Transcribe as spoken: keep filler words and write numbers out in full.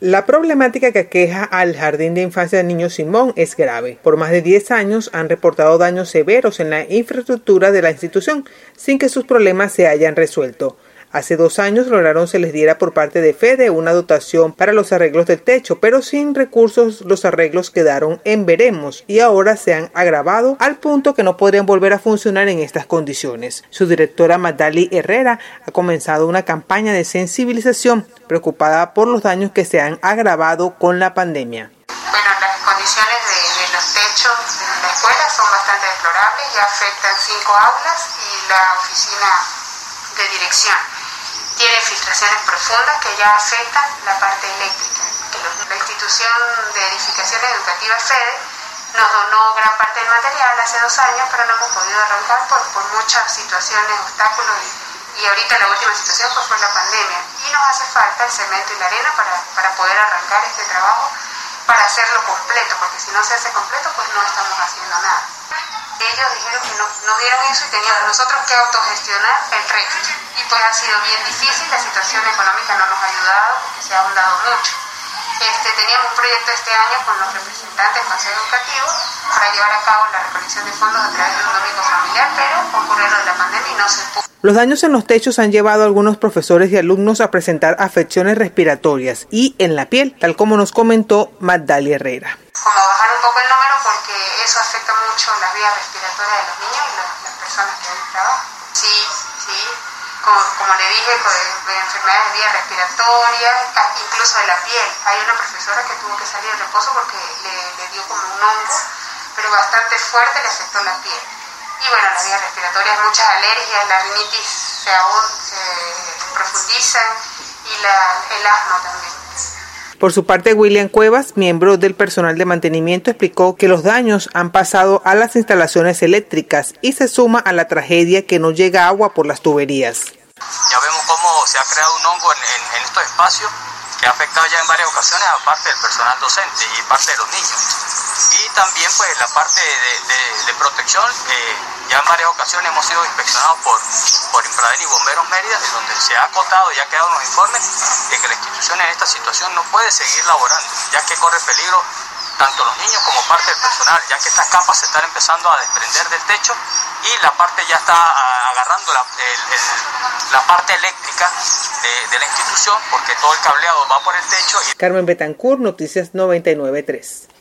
La problemática que aqueja al Jardín de Infancia de Niño Simón es grave. Por más de diez años han reportado daños severos en la infraestructura de la institución, sin que sus problemas se hayan resuelto. Hace dos años lograron se les diera por parte de FEDE una dotación para los arreglos del techo, pero sin recursos los arreglos quedaron en veremos y ahora se han agravado al punto que no podrían volver a funcionar en estas condiciones. Su directora Magdali Herrera ha comenzado una campaña de sensibilización preocupada por los daños que se han agravado con la pandemia. Bueno, las condiciones de, de los techos en la escuela son bastante deplorables, ya afectan cinco aulas y la oficina de dirección. Tiene filtraciones profundas que ya afectan la parte eléctrica. La institución de edificaciones educativas FEDE nos donó gran parte del material hace dos años, pero no hemos podido arrancar por, por muchas situaciones, obstáculos y, y ahorita la última situación pues, fue la pandemia. Y nos hace falta el cemento y la arena para, para poder arrancar este trabajo, para hacerlo completo, porque si no se hace completo pues no estamos haciendo nada. Ellos dijeron que no, nos dieron eso y teníamos nosotros que autogestionar el resto. Y pues ha sido bien difícil, la situación económica no nos ha ayudado porque se ha ahondado mucho. Este, teníamos un proyecto este año con los representantes del Consejo Educativo para llevar a cabo la recolección de fondos a través de un domingo familiar, pero ocurrió lo de la pandemia y no se pudo. Los daños en los techos han llevado a algunos profesores y alumnos a presentar afecciones respiratorias y en la piel, tal como nos comentó Magdali Herrera. Como bajar un poco el número porque eso afecta mucho las vías respiratorias de los niños y las, las personas que ahí trabajan. Sí, sí, como, como le dije, de enfermedades de vías respiratorias, incluso de la piel. Hay una profesora que tuvo que salir de reposo porque le, le dio como un hongo, pero bastante fuerte le afectó la piel. Y bueno, las vías respiratorias, muchas alergias, la rinitis se, aún, se profundizan y la, el asma también. Por su parte, William Cuevas, miembro del personal de mantenimiento, explicó que los daños han pasado a las instalaciones eléctricas y se suma a la tragedia que no llega agua por las tuberías. Ya vemos cómo se ha creado un hongo en, en, en estos espacios que ha afectado ya en varias ocasiones a parte del personal docente y parte de los niños. Y también pues la parte de, de, de protección, eh, ya en varias ocasiones hemos sido inspeccionados por, por Infraden y Bomberos Mérida, en donde se ha acotado y ha quedado en los informes de que la institución en esta situación no puede seguir laborando, ya que corre peligro tanto los niños como parte del personal, ya que estas capas se están empezando a desprender del techo y la parte ya está agarrando la, el, el, la parte eléctrica de, de la institución porque todo el cableado va por el techo. Y... Carmen Betancourt, Noticias noventa y nueve punto tres.